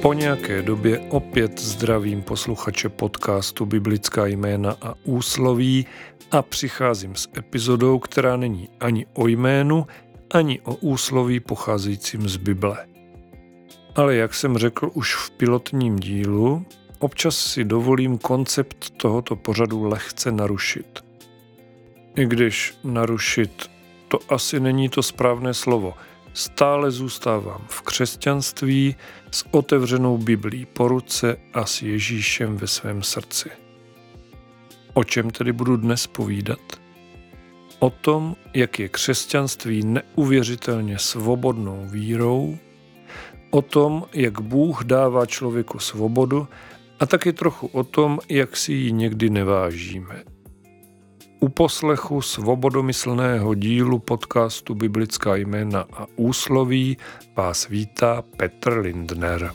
Po nějaké době opět zdravím posluchače podcastu Biblická jména a úsloví a přicházím s epizodou, která není ani o jménu, ani o úsloví pocházejícím z Bible. Ale jak jsem řekl už v pilotním dílu, občas si dovolím koncept tohoto pořadu lehce narušit. I když narušit to asi není to správné slovo, stále zůstávám v křesťanství s otevřenou Biblí po ruce a s Ježíšem ve svém srdci. O čem tedy budu dnes povídat? O tom, jak je křesťanství neuvěřitelně svobodnou vírou, o tom, jak Bůh dává člověku svobodu a taky trochu o tom, jak si ji někdy nevážíme. U poslechu svobodomyslného dílu podcastu Biblická jména a úsloví vás vítá Petr Lindner.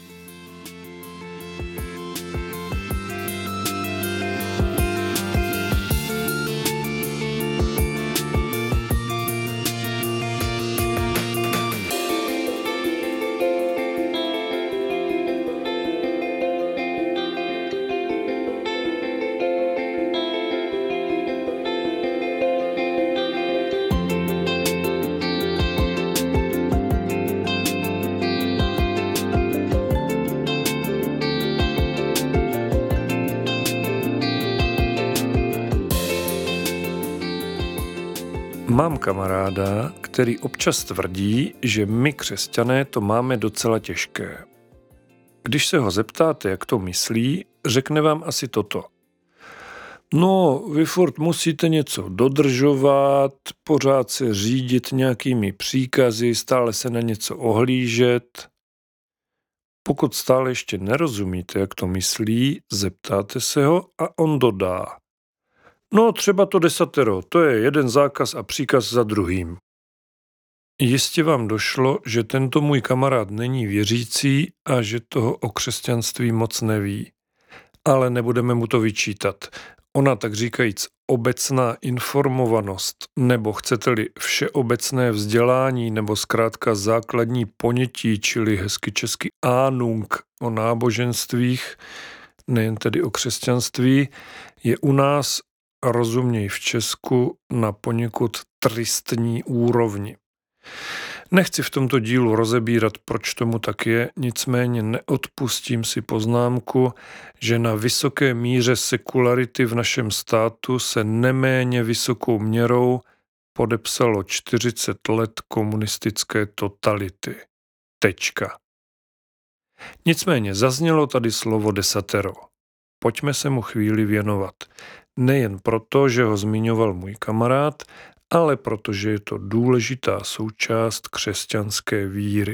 Mám kamaráda, který občas tvrdí, že my křesťané to máme docela těžké. Když se ho zeptáte, jak to myslí, řekne vám asi toto. No, vy furt musíte něco dodržovat, pořád se řídit nějakými příkazy, stále se na něco ohlížet. Pokud stále ještě nerozumíte, jak to myslí, zeptáte se ho a on dodá. No, třeba to 10, to je jeden zákaz a příkaz za druhým. Jistě vám došlo, že tento můj kamarád není věřící a že toho o křesťanství moc neví. Ale nebudeme mu to vyčítat. Ona tak říkajíc obecná informovanost, nebo chcete-li všeobecné vzdělání, nebo zkrátka základní ponětí, čili hezky česky Ahnung o náboženstvích, nejen tedy o křesťanství, je u nás a rozuměj v Česku na poněkud tristní úrovni. Nechci v tomto dílu rozebírat, proč tomu tak je, nicméně neodpustím si poznámku, že na vysoké míře sekularity v našem státu se neméně vysokou měrou podepsalo 40 let komunistické totality. Tečka. Nicméně zaznělo tady slovo 10. Pojďme se mu chvíli věnovat. Nejen proto, že ho zmiňoval můj kamarád, ale protože je to důležitá součást křesťanské víry.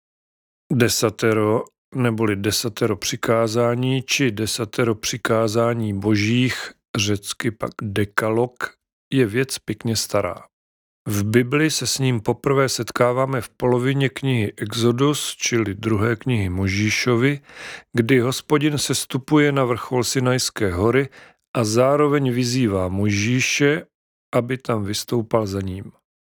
10, neboli 10 přikázání či 10 přikázání božích, řecky pak dekalog, je věc pěkně stará. V Bibli se s ním poprvé setkáváme v polovině knihy Exodus, čili 2. knihy Mojžíšovi, kdy Hospodin sestupuje na vrchol Sinajské hory a zároveň vyzývá Mojžíše, aby tam vystoupal za ním.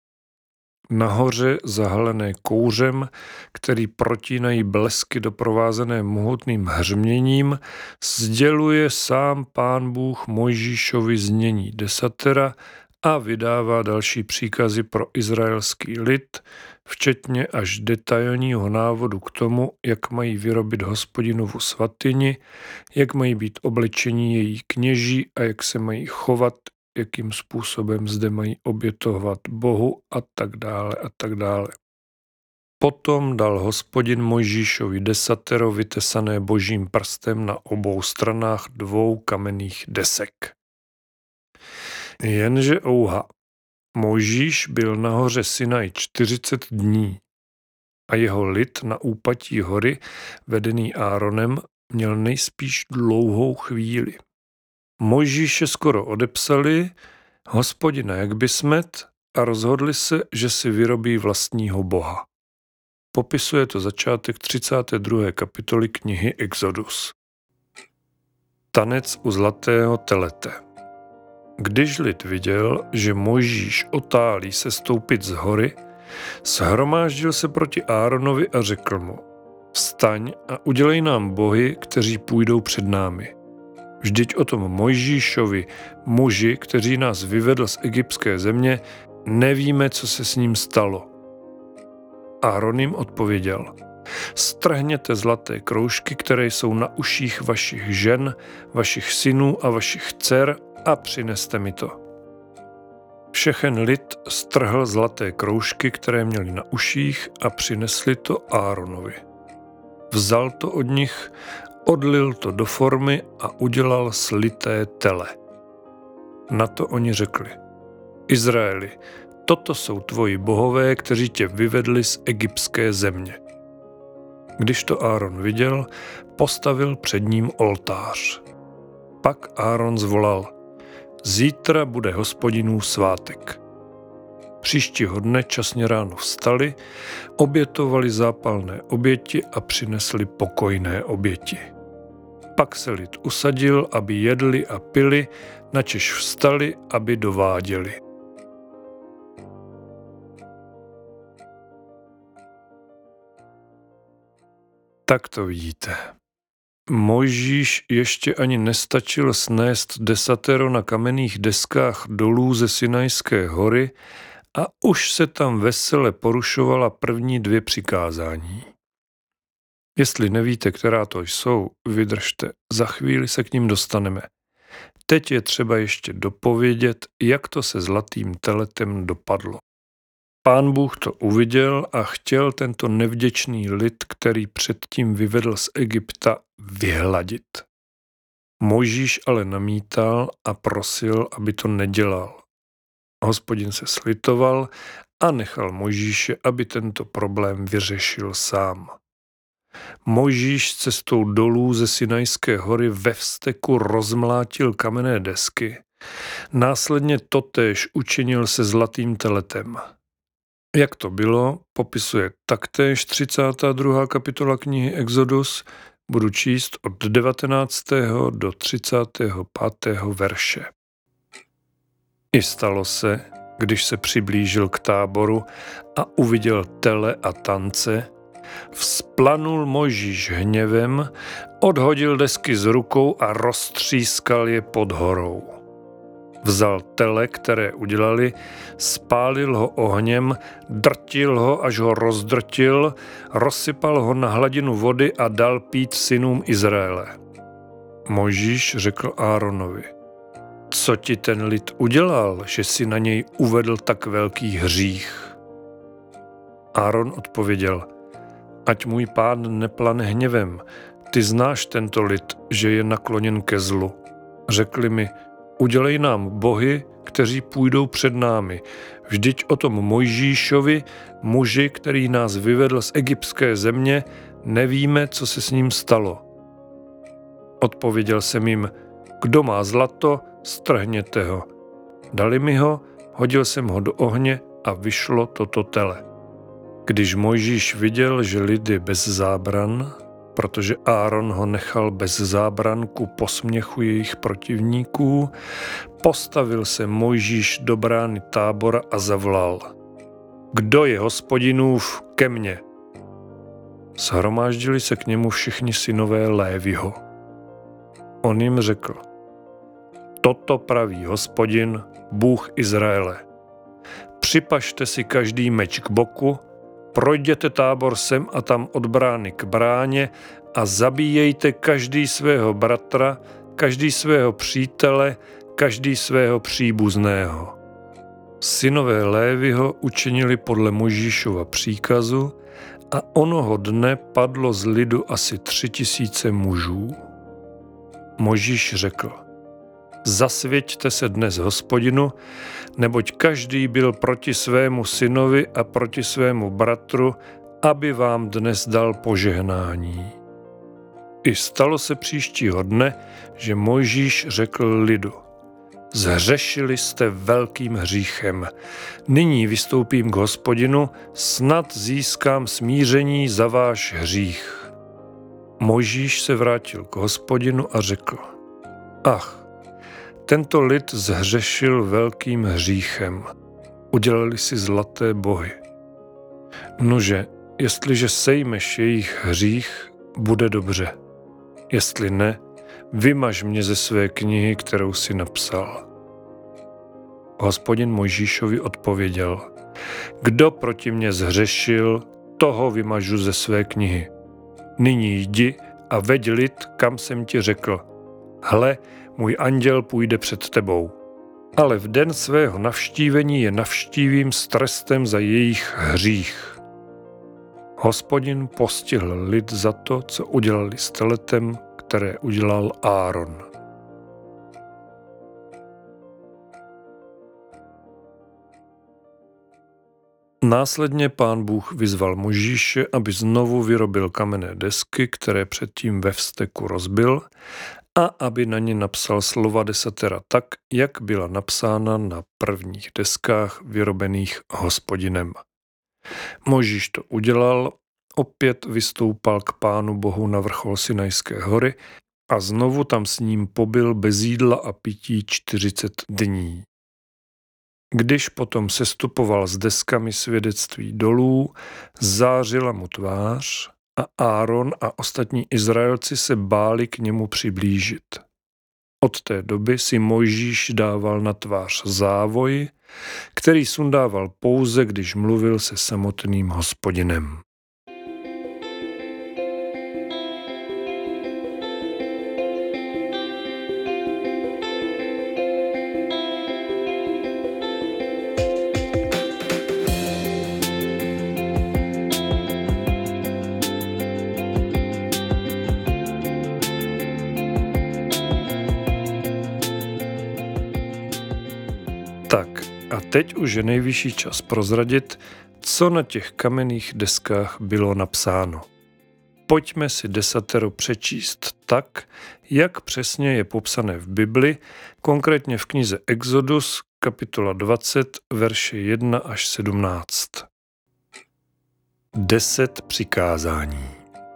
Nahoře, zahalené kouřem, který protínají blesky doprovázené mohutným hřměním, sděluje sám Pán Bůh Mojžíšovi znění 10 a vydává další příkazy pro izraelský lid, včetně až detailního návodu k tomu, jak mají vyrobit Hospodinovu svatyni, jak mají být oblečení její kněží a jak se mají chovat, jakým způsobem zde mají obětovat Bohu a tak dále a tak dále. Potom dal Hospodin Mojžíšovi 10 vytesané božím prstem na obou stranách 2 kamenných desek. Jenže ouha, Mojžíš byl nahoře Sinaj 40 dní a jeho lid na úpatí hory, vedený Áronem, měl nejspíš dlouhou chvíli. Mojžíše skoro odepsali, Hospodina jak by smet, a rozhodli se, že si vyrobí vlastního boha. Popisuje to začátek 32. kapitoly knihy Exodus. Tanec u zlatého telete. Když lid viděl, že Mojžíš otálí se stoupit z hory, shromáždil se proti Áronovi a řekl mu: Vstaň a udělej nám bohy, kteří půjdou před námi. Vždyť o tom Mojžíšovi, muži, kteří nás vyvedl z egyptské země, nevíme, co se s ním stalo. Áron jim odpověděl: Strhněte zlaté kroužky, které jsou na uších vašich žen, vašich synů a vašich dcer a přineste mi to. Všechen lid strhl zlaté kroužky, které měli na uších, a přinesli to Áronovi. Vzal to od nich, odlil to do formy a udělal slité tele. Na to oni řekli: Izraeli, toto jsou tvoji bohové, kteří tě vyvedli z egyptské země. Když to Áron viděl, postavil před ním oltář. Pak Áron zvolal: Zítra bude Hospodinův svátek. Příštího dne časně ráno vstali, obětovali zápalné oběti a přinesli pokojné oběti. Pak se lid usadil, aby jedli a pili, načež vstali, aby dováděli. Tak to vidíte. Mojžíš ještě ani nestačil snést 10 na kamenných deskách dolů ze Sinajské hory a už se tam vesele porušovala první 2 přikázání. Jestli nevíte, která to jsou, vydržte, za chvíli se k ním dostaneme. Teď je třeba ještě dopovědět, jak to se zlatým teletem dopadlo. Pán Bůh to uviděl a chtěl tento nevděčný lid, který předtím vyvedl z Egypta, vyhladit. Mojžíš ale namítal a prosil, aby to nedělal. Hospodin se slitoval a nechal Mojžíše, aby tento problém vyřešil sám. Mojžíš cestou dolů ze Sinajské hory ve vzteku rozmlátil kamenné desky. Následně totéž učinil se zlatým teletem. Jak to bylo, popisuje taktéž 32. kapitola knihy Exodus, budu číst od 19. do 35. verše. I stalo se, když se přiblížil k táboru a uviděl tele a tance, vzplanul Mojžíš hněvem, odhodil desky z rukou a roztřískal je pod horou. Vzal tele, které udělali, spálil ho ohněm, drtil ho, až ho rozdrtil, rozsypal ho na hladinu vody a dal pít synům Izraele. Mojžíš řekl Áronovi: Co ti ten lid udělal, že si na něj uvedl tak velký hřích? Áron odpověděl: Ať můj pán neplane hněvem, ty znáš tento lid, že je nakloněn ke zlu. Řekli mi: Udělej nám bohy, kteří půjdou před námi. Vždyť o tom Mojžíšovi, muži, který nás vyvedl z egyptské země, nevíme, co se s ním stalo. Odpověděl jsem jim: Kdo má zlato, strhněte ho. Dali mi ho, hodil jsem ho do ohně a vyšlo toto tele. Když Mojžíš viděl, že lid je bez zábran, protože Áron ho nechal bez zábran ku posměchu jejich protivníků, postavil se Mojžíš do brány tábora a zavolal: Kdo je Hospodinův, ke mně? Shromáždili se k němu všichni synové Léviho. On jim řekl: Toto praví Hospodin, Bůh Izraele. Připažte si každý meč k boku, projděte tábor sem a tam od brány k bráně a zabíjejte každý svého bratra, každý svého přítele, každý svého příbuzného. Synové Léviho učinili podle Mojžíšova příkazu a onoho dne padlo z lidu asi 3000 mužů. Mojžíš řekl: Zasvěťte se dnes Hospodinu, neboť každý byl proti svému synovi a proti svému bratru, aby vám dnes dal požehnání. I stalo se příštího dne, že Mojžíš řekl lidu: Zhřešili jste velkým hříchem. Nyní vystoupím k Hospodinu, snad získám smíření za váš hřích. Mojžíš se vrátil k Hospodinu a řekl: Ach, tento lid zhřešil velkým hříchem. Udělali si zlaté bohy. Nože, jestliže sejmeš jejich hřích, bude dobře. Jestli ne, vymaž mě ze své knihy, kterou si napsal. Hospodin Mojžíšovi odpověděl: Kdo proti mně zhřešil, toho vymažu ze své knihy. Nyní jdi a veď lid, kam jsem ti řekl. Hle, můj anděl půjde před tebou. Ale v den svého navštívení je navštívím s trestem za jejich hřích. Hospodin postihl lid za to, co udělali s teletem, které udělal Áron. Následně Pán Bůh vyzval Mojžíše, aby znovu vyrobil kamenné desky, které předtím ve vzteku rozbil, a aby na ně napsal slova desatera tak, jak byla napsána na prvních deskách vyrobených Hospodinem. Mojžíš to udělal, opět vystoupal k Pánu Bohu na vrchol Sinajské hory a znovu tam s ním pobyl bez jídla a pití 40 dní. Když potom sestupoval s deskami svědectví dolů, zářila mu tvář a Áron a ostatní Izraelci se báli k němu přiblížit. Od té doby si Mojžíš dával na tvář závoj, který sundával pouze, když mluvil se samotným Hospodinem. Tak a teď už je nejvyšší čas prozradit, co na těch kamenných deskách bylo napsáno. Pojďme si desatero přečíst tak, jak přesně je popsané v Bibli, konkrétně v knize Exodus, kapitola 20, verše 1 až 17. 10 přikázání.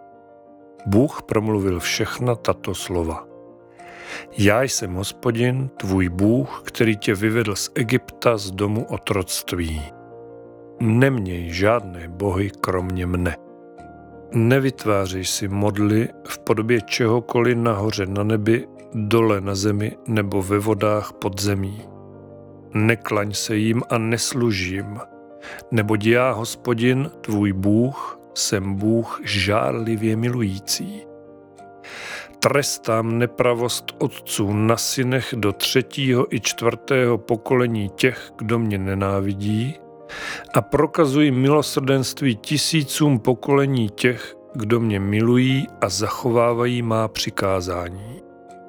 Bůh promluvil všechna tato slova. Já jsem Hospodin, tvůj Bůh, který tě vyvedl z Egypta z domu otroctví. Neměj žádné bohy kromě mne. Nevytvářej si modly v podobě čehokoliv nahoře na nebi, dole na zemi nebo ve vodách pod zemí. Neklaň se jim a neslužím, neboť já, Hospodin, tvůj Bůh, jsem Bůh žárlivě milující. Trestám nepravost otců na synech do 3. i 4. pokolení těch, kdo mě nenávidí, a prokazuji milosrdenství tisícům pokolení těch, kdo mě milují a zachovávají má přikázání.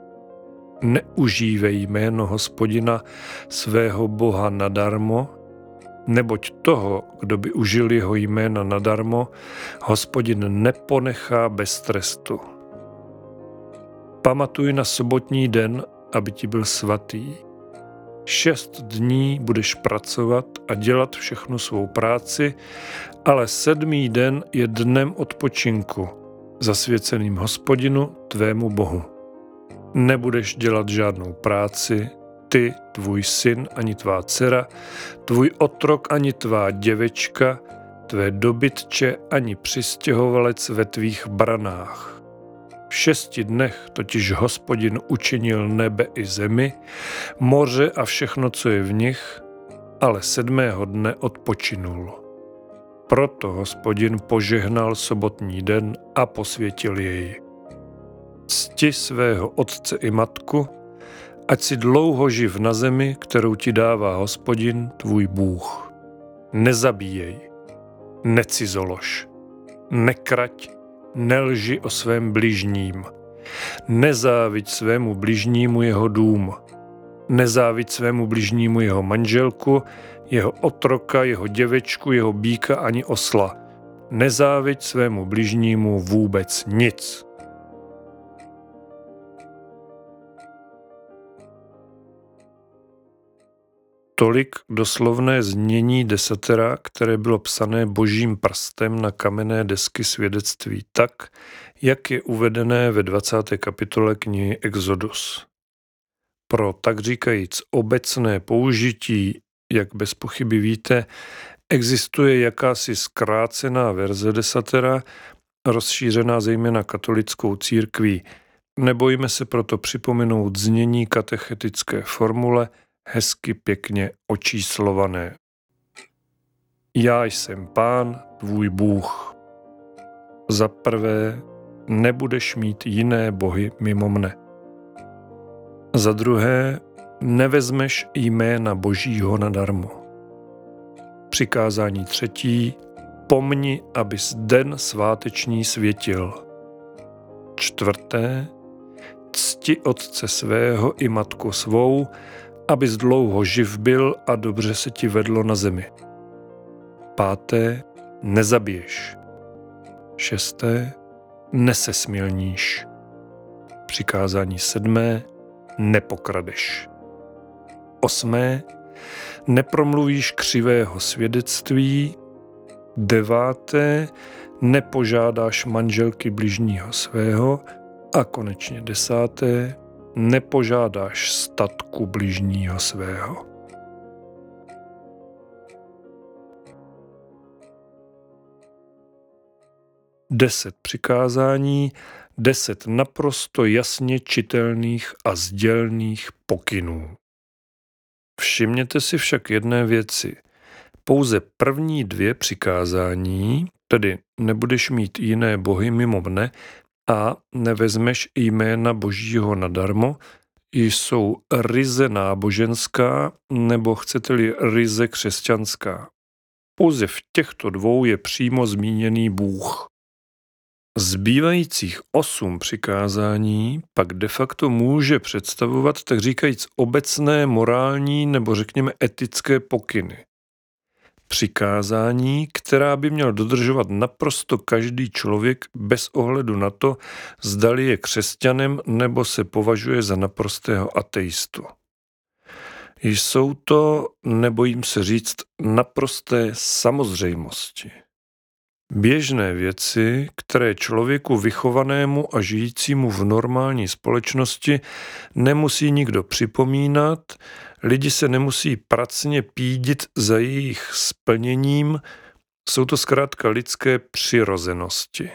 Neužívej jméno Hospodina svého Boha nadarmo, neboť toho, kdo by užil jeho jména nadarmo, Hospodin neponechá bez trestu. Pamatuj na sobotní den, aby ti byl svatý. 6 dní budeš pracovat a dělat všechnu svou práci, ale 7. den je dnem odpočinku, zasvěceným Hospodinu, tvému Bohu. Nebudeš dělat žádnou práci, ty, tvůj syn ani tvá dcera, tvůj otrok ani tvá děvečka, tvé dobytče ani přistěhovalec ve tvých branách. V 6 dnech totiž Hospodin učinil nebe i zemi, moře a všechno, co je v nich, ale 7. dne odpočinul. Proto Hospodin požehnal sobotní den a posvětil jej. Cti svého otce i matku, ať si dlouho živ na zemi, kterou ti dává Hospodin, tvůj Bůh. Nezabíjej, necizolož, nekrať, nelži o svém bližním. Nezáviď svému bližnímu jeho dům. Nezáviď svému bližnímu jeho manželku, jeho otroka, jeho děvečku, jeho býka ani osla. Nezáviď svému bližnímu vůbec nic. Tolik doslovné znění desatera, které bylo psané Božím prstem na kamenné desky svědectví tak, jak je uvedené ve 20. kapitole knihy Exodus. Pro tak říkajíc obecné použití, jak bez pochyby víte, Existuje jakási zkrácená verze desatera, rozšířená zejména katolickou církví. Nebojíme se proto připomenout znění katechetické formule, hezky pěkně očíslované. Já jsem Pán, tvůj Bůh. Za prvé, nebudeš mít jiné bohy mimo mne. Za druhé, nevezmeš jména Božího nadarmo. Přikázání třetí, pomni, abys den sváteční světil. Čtvrté, cti otce svého i matku svou, abys dlouho živ byl a dobře se ti vedlo na zemi. Páté, nezabiješ. Šesté, nesesmilníš. Přikázání sedmé, nepokradeš. Osmé, nepromluvíš křivého svědectví. Deváté, nepožádáš manželky bližního svého. A konečně desáté, nepožádáš statku bližního svého. Deset přikázání, 10 naprosto jasně čitelných a sdělných pokynů. Všimněte si však jedné věci. Pouze první 2 přikázání, tedy nebudeš mít jiné bohy mimo mne a nevezmeš jména Božího nadarmo, jsou ryze náboženská nebo chcete-li ryze křesťanská. Pouze v těchto 2 je přímo zmíněný Bůh. Zbývajících 8 přikázání pak de facto může představovat, tak říkajíc, obecné morální nebo řekněme etické pokyny. Přikázání, která by měl dodržovat naprosto každý člověk bez ohledu na to, zdali je křesťanem nebo se považuje za naprostého ateistu. Jsou to, nebojím se říct, naprosté samozřejmosti. Běžné věci, které člověku vychovanému a žijícímu v normální společnosti nemusí nikdo připomínat, lidi se nemusí pracně pídit za jejich splněním, jsou to zkrátka lidské přirozenosti.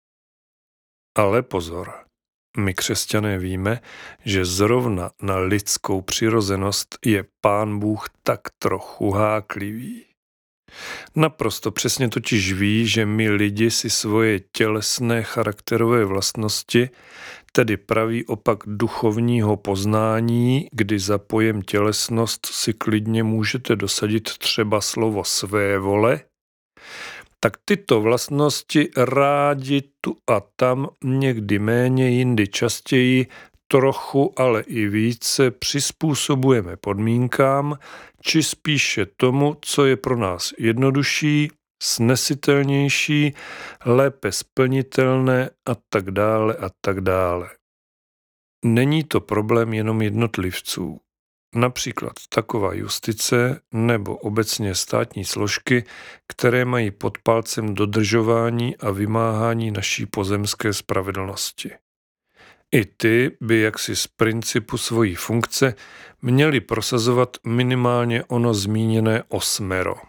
Ale pozor, my křesťané víme, že zrovna na lidskou přirozenost je Pán Bůh tak trochu háklivý. Naprosto přesně totiž ví, že my lidi si svoje tělesné charakterové vlastnosti, tedy pravý opak duchovního poznání, kdy za pojem tělesnost si klidně můžete dosadit třeba slovo své vole, tak tyto vlastnosti rádi tu a tam, někdy méně, jindy častěji, trochu, ale i více přizpůsobujeme podmínkám, či spíše tomu, co je pro nás jednodušší, snesitelnější, lépe splnitelné a tak dále a tak dále. Není to problém jenom jednotlivců. Například taková justice nebo obecně státní složky, které mají pod palcem dodržování a vymáhání naší pozemské spravedlnosti. I ty by jaksi z principu svojí funkce měly prosazovat minimálně ono zmíněné 8.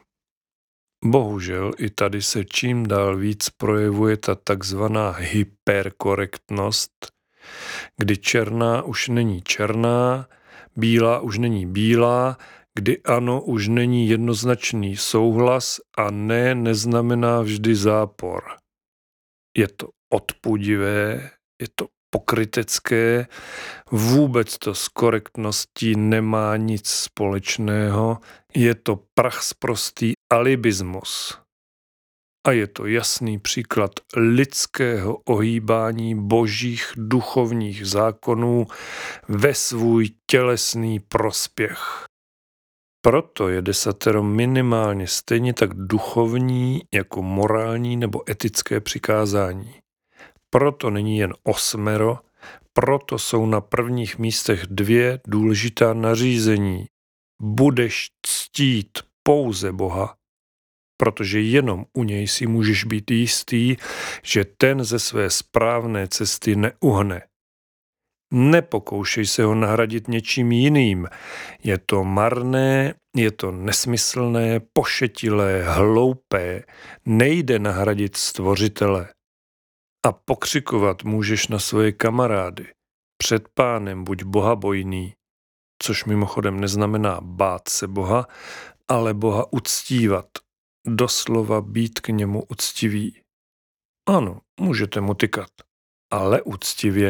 Bohužel i tady se čím dál víc projevuje ta takzvaná hyperkorektnost, kdy černá už není černá, bílá už není bílá, kdy ano už není jednoznačný souhlas a ne neznamená vždy zápor. Je to odpudivé, je to pokrytecké, vůbec to s korektností nemá nic společného, je to prachsprostý alibismus. A je to jasný příklad lidského ohýbání božích duchovních zákonů ve svůj tělesný prospěch. Proto je desatero minimálně stejně tak duchovní jako morální nebo etické přikázání. Proto není jen 8, proto jsou na prvních místech 2 důležitá nařízení. Budeš ctít pouze Boha, protože jenom u něj si můžeš být jistý, že ten ze své správné cesty neuhne. Nepokoušej se ho nahradit něčím jiným. Je to marné, je to nesmyslné, pošetilé, hloupé. Nejde nahradit Stvořitele. A pokřikovat můžeš na svoje kamarády. Před Pánem buď bohabojný, což mimochodem neznamená bát se Boha, ale Boha uctívat. Doslova být k němu uctivý. Ano, můžete mu tykat, ale uctivě.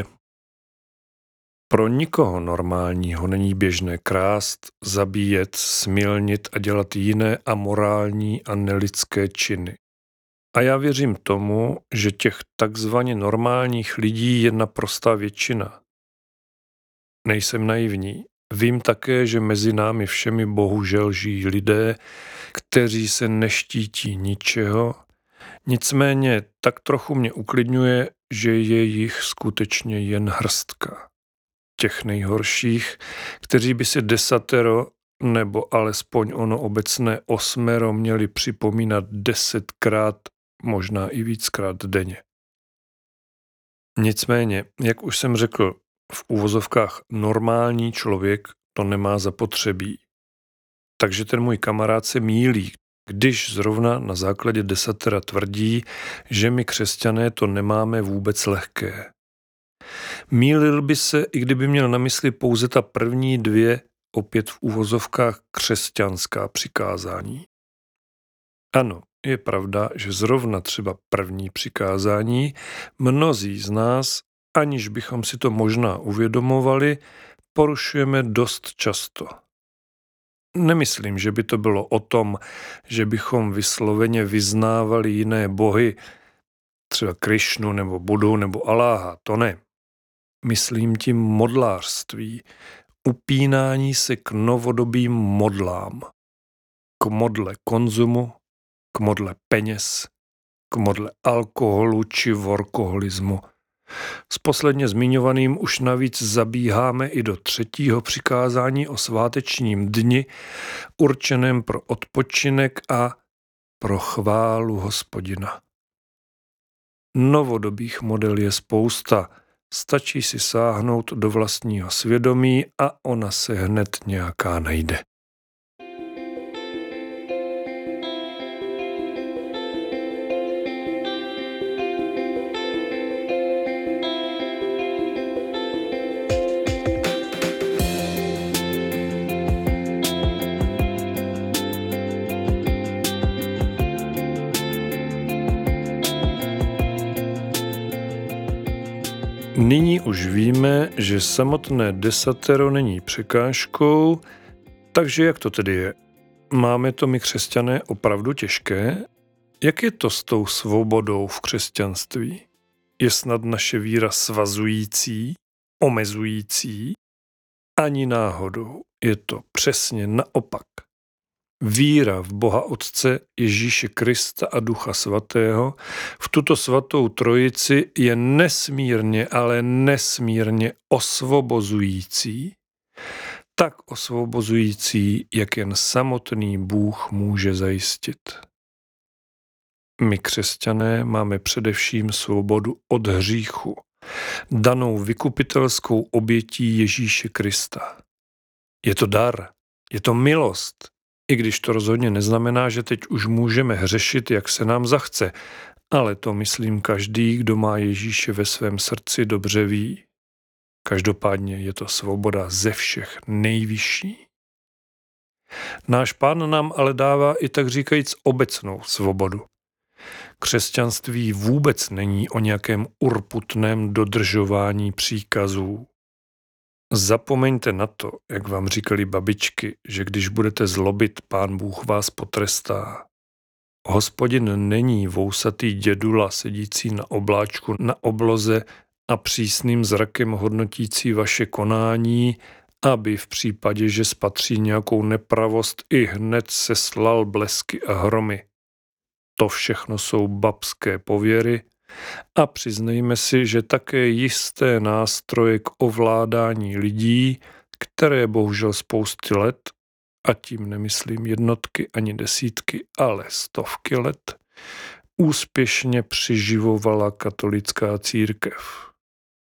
Pro nikoho normálního není běžné krást, zabíjet, smilnit a dělat jiné amorální a nelidské činy. A já věřím tomu, že těch takzvaně normálních lidí je naprostá většina. Nejsem naivní. Vím také, že mezi námi všemi bohužel žijí lidé, kteří se neštítí ničeho. Nicméně tak trochu mě uklidňuje, že je jich skutečně jen hrstka. Těch nejhorších, kteří by si 10 nebo alespoň ono obecné 8 měli připomínat 10krát, možná i víckrát denně. Nicméně, jak už jsem řekl, v uvozovkách normální člověk to nemá zapotřebí. Takže ten můj kamarád se mýlí, když zrovna na základě 10 tvrdí, že my křesťané to nemáme vůbec lehké. Mýlil by se, i kdyby měl na mysli pouze ta první 2, opět v uvozovkách křesťanská přikázání. Ano, je pravda, že zrovna třeba první přikázání mnozí z nás, aniž bychom si to možná uvědomovali, porušujeme dost často. Nemyslím, že by to bylo o tom, že bychom vysloveně vyznávali jiné bohy, třeba Krišnu nebo Buddhu nebo Aláha, to ne. Myslím tím modlářství, upínání se k novodobým modlám, k modle konzumu, k modle peněz, k modle alkoholu či workoholismu. S posledně zmiňovaným už navíc zabíháme i do 3. přikázání o svátečním dni, určeném pro odpočinek a pro chválu Hospodina. Novodobých model je spousta, stačí si sáhnout do vlastního svědomí a ona se hned nějaká najde. Nyní už víme, že samotné 10 není překážkou, takže jak to tedy je? Máme to my křesťané opravdu těžké? Jak je to s tou svobodou v křesťanství? Je snad naše víra svazující, omezující? Ani náhodou, je to přesně naopak. Víra v Boha Otce, Ježíše Krista a Ducha Svatého, v tuto svatou trojici je nesmírně, ale nesmírně osvobozující. Tak osvobozující, jak jen samotný Bůh může zajistit. My křesťané máme především svobodu od hříchu, danou vykupitelskou obětí Ježíše Krista. Je to dar, je to milost, i když to rozhodně neznamená, že teď už můžeme hřešit, jak se nám zachce, ale to myslím každý, kdo má Ježíše ve svém srdci, dobře ví. Každopádně je to svoboda ze všech nejvyšší. Náš Pán nám ale dává i tak říkajíc obecnou svobodu. Křesťanství vůbec není o nějakém urputném dodržování příkazů. Zapomeňte na to, jak vám říkali babičky, že když budete zlobit, Pán Bůh vás potrestá. Hospodin není vousatý dědula sedící na obláčku na obloze a přísným zrakem hodnotící vaše konání, aby v případě, že spatří nějakou nepravost, i hned seslal blesky a hromy. To všechno jsou babské pověry a přiznejme si, že také jisté nástroje k ovládání lidí, které bohužel spousty let, a tím nemyslím jednotky ani desítky, ale stovky let, úspěšně přiživovala katolická církev.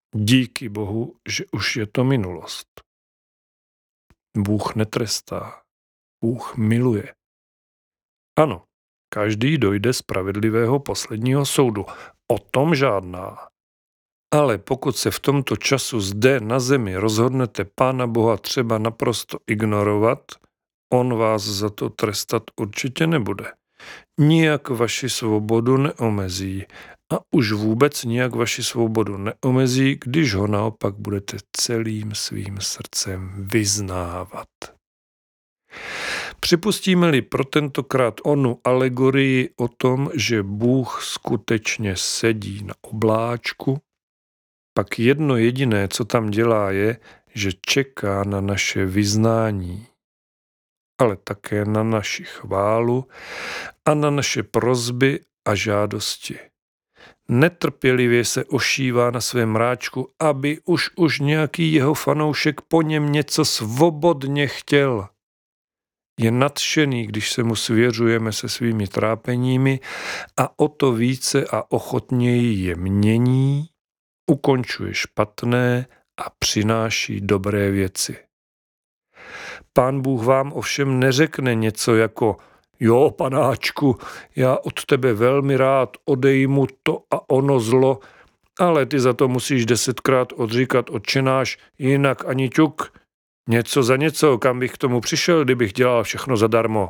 Díky Bohu, že už je to minulost. Bůh netrestá, Bůh miluje. Ano, každý dojde spravedlivého posledního soudu. O tom žádná. Ale pokud se v tomto času zde na zemi rozhodnete Pána Boha třeba naprosto ignorovat, on vás za to trestat určitě nebude. Nijak vaši svobodu neomezí a už vůbec nijak vaši svobodu neomezí, když ho naopak budete celým svým srdcem vyznávat. Připustíme-li pro tentokrát onu alegorii o tom, že Bůh skutečně sedí na obláčku, pak jedno jediné, co tam dělá, je, že čeká na naše vyznání, ale také na naši chválu a na naše prosby a žádosti. Netrpělivě se ošívá na svém mráčku, aby už nějaký jeho fanoušek po něm něco svobodně chtěl. Je nadšený, když se mu svěřujeme se svými trápeními a o to více a ochotněji je mění, ukončuje špatné a přináší dobré věci. Pán Bůh vám ovšem neřekne něco jako jo, panáčku, já od tebe velmi rád odejmu to a ono zlo, ale ty za to musíš 10krát odříkat Otčenáš, jinak ani ťuk. Něco za něco, kam bych k tomu přišel, kdybych dělal všechno zadarmo.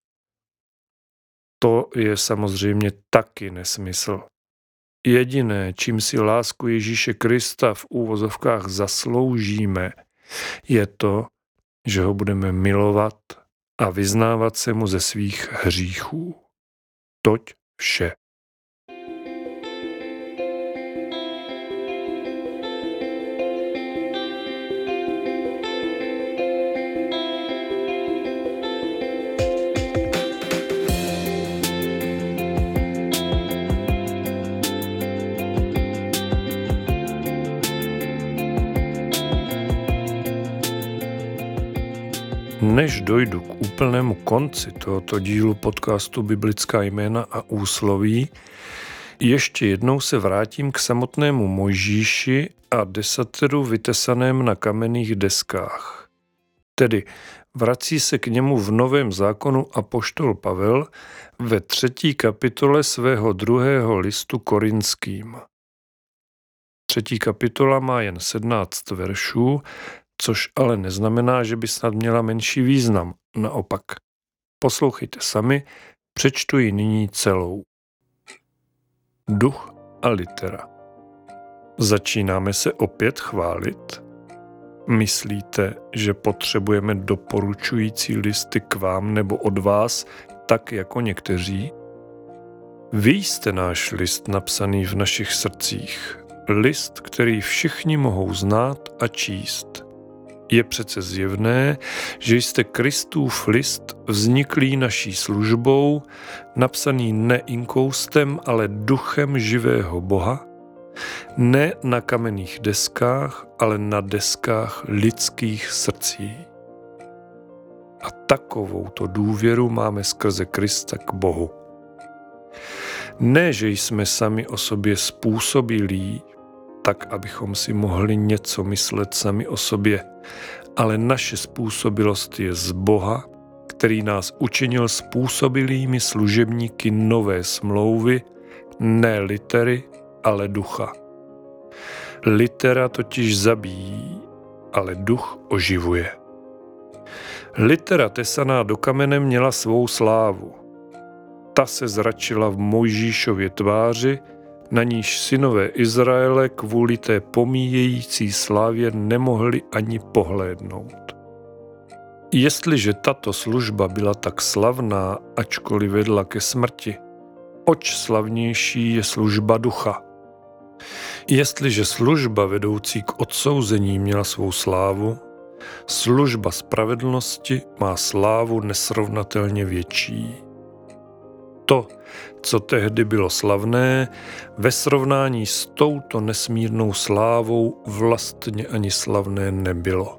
To je samozřejmě taky nesmysl. Jediné, čím si lásku Ježíše Krista v úvozovkách zasloužíme, je to, že ho budeme milovat a vyznávat se mu ze svých hříchů. Toť vše. Než dojdu k úplnému konci tohoto dílu podcastu Biblická jména a úsloví, ještě jednou se vrátím k samotnému Mojžíši a desateru vytesaném na kamenných deskách. Tedy vrací se k němu v Novém zákonu apoštol Pavel ve 3. kapitole svého 2. listu Korinským. 3. kapitola má jen 17 veršů, což ale neznamená, že by snad měla menší význam. Naopak. Poslouchejte sami, přečtu ji nyní celou. Duch a litera. Začínáme se opět chválit? Myslíte, že potřebujeme doporučující listy k vám nebo od vás, tak jako někteří? Vy jste náš list napsaný v našich srdcích. List, který všichni mohou znát a číst. Je přece zjevné, že jste Kristův list vzniklý naší službou, napsaný ne inkoustem, ale duchem živého Boha, ne na kamenných deskách, ale na deskách lidských srdcí. A takovouto důvěru máme skrze Krista k Bohu. Ne, že jsme sami o sobě způsobilí, tak abychom si mohli něco myslet sami o sobě, ale naše způsobilost je z Boha, který nás učinil způsobilými služebníky nové smlouvy, ne litery, ale ducha. Litera totiž zabíjí, ale duch oživuje. Litera tesaná do kamene měla svou slávu. Ta se zračila v Mojžíšově tváři, na níž synové Izraele kvůli té pomíjející slávě nemohli ani pohlédnout. Jestliže tato služba byla tak slavná, ačkoliv vedla ke smrti, oč slavnější je služba ducha. Jestliže služba vedoucí k odsouzení měla svou slávu, služba spravedlnosti má slávu nesrovnatelně větší. To, co tehdy bylo slavné, ve srovnání s touto nesmírnou slávou vlastně ani slavné nebylo.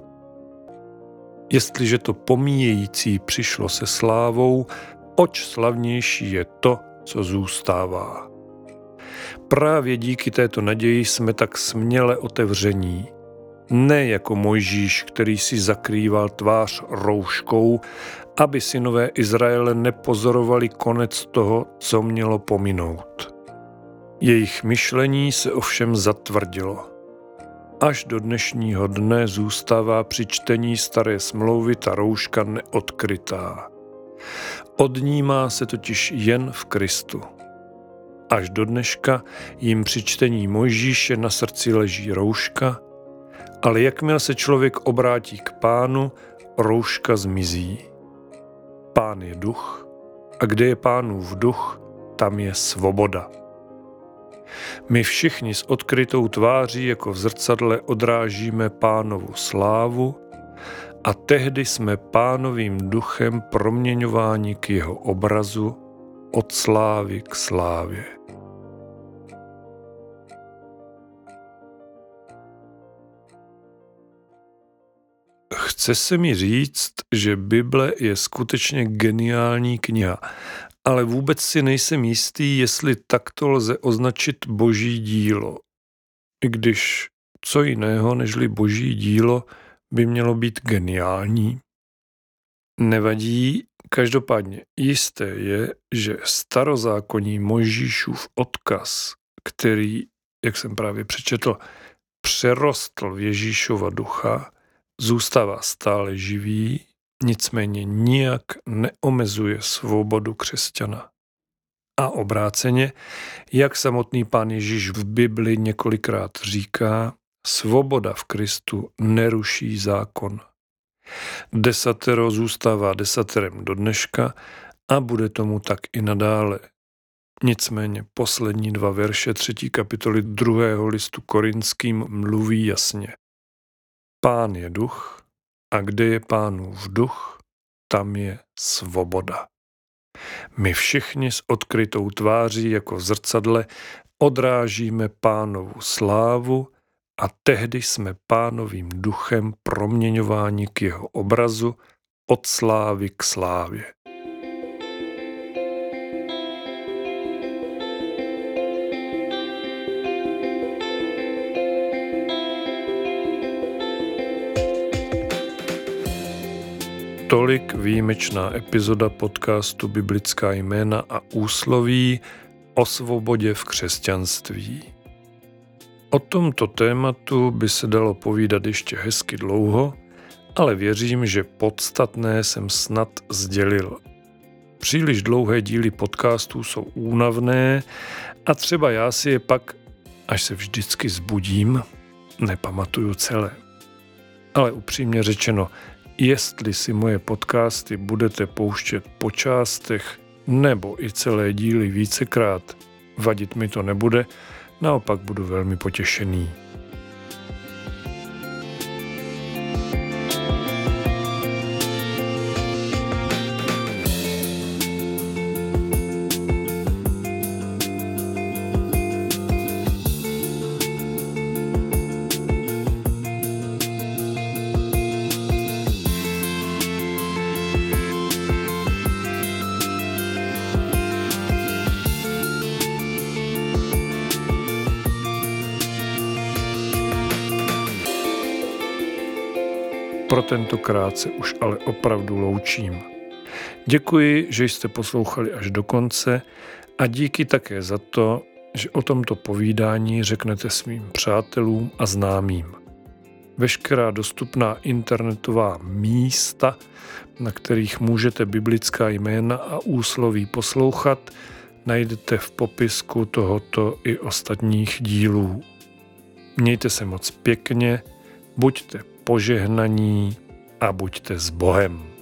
Jestliže to pomíjející přišlo se slávou, oč slavnější je to, co zůstává. Právě díky této naději jsme tak směle otevření. Ne jako Mojžíš, který si zakrýval tvář rouškou, aby synové Izraele nepozorovali konec toho, co mělo pominout. Jejich myšlení se ovšem zatvrdilo. Až do dnešního dne zůstává při čtení Staré smlouvy ta rouška neodkrytá. Odnímá se totiž jen v Kristu. Až do dneška jim při čtení Mojžíše na srdci leží rouška, ale jakmile se člověk obrátí k Pánu, rouška zmizí. Pán je duch a kde je Pánův duch, tam je svoboda. My všichni s odkrytou tváří jako v zrcadle odrážíme Pánovu slávu a tehdy jsme Pánovým duchem proměňováni k jeho obrazu od slávy k slávě. Chce se mi říct, že Bible je skutečně geniální kniha, ale vůbec si nejsem jistý, jestli takto lze označit boží dílo. I když co jiného nežli boží dílo by mělo být geniální. Nevadí, každopádně jisté je, že starozákonní Mojžíšův odkaz, který, jak jsem právě přečetl, přerostl v Ježíšova ducha, zůstává stále živý, nicméně nijak neomezuje svobodu křesťana. A obráceně, jak samotný Pán Ježíš v Bibli několikrát říká, svoboda v Kristu neruší zákon. Desatero zůstává desaterem do dneška a bude tomu tak i nadále. Nicméně poslední 2 verše 3. kapitoly 2. listu Korinským mluví jasně. Pán je duch a kde je Pánův duch, tam je svoboda. My všichni s odkrytou tváří jako v zrcadle odrážíme Pánovu slávu a tehdy jsme Pánovým duchem proměňováni k jeho obrazu od slávy k slávě. Tolik výjimečná epizoda podcastu Biblická jména a úsloví o svobodě v křesťanství. O tomto tématu by se dalo povídat ještě hezky dlouho, ale věřím, že podstatné jsem snad sdělil. Příliš dlouhé díly podcastů jsou únavné a třeba já si je pak, až se vždycky zbudím, nepamatuju celé. Ale upřímně řečeno, jestli si moje podcasty budete pouštět po částech nebo i celé díly vícekrát, vadit mi to nebude, naopak budu velmi potěšený. Pro tentokrát se už ale opravdu loučím. Děkuji, že jste poslouchali až do konce a díky také za to, že o tomto povídání řeknete svým přátelům a známým. Veškerá dostupná internetová místa, na kterých můžete biblická jména a úsloví poslouchat, najdete v popisku tohoto i ostatních dílů. Mějte se moc pěkně, buďte požehnaní a buďte s Bohem.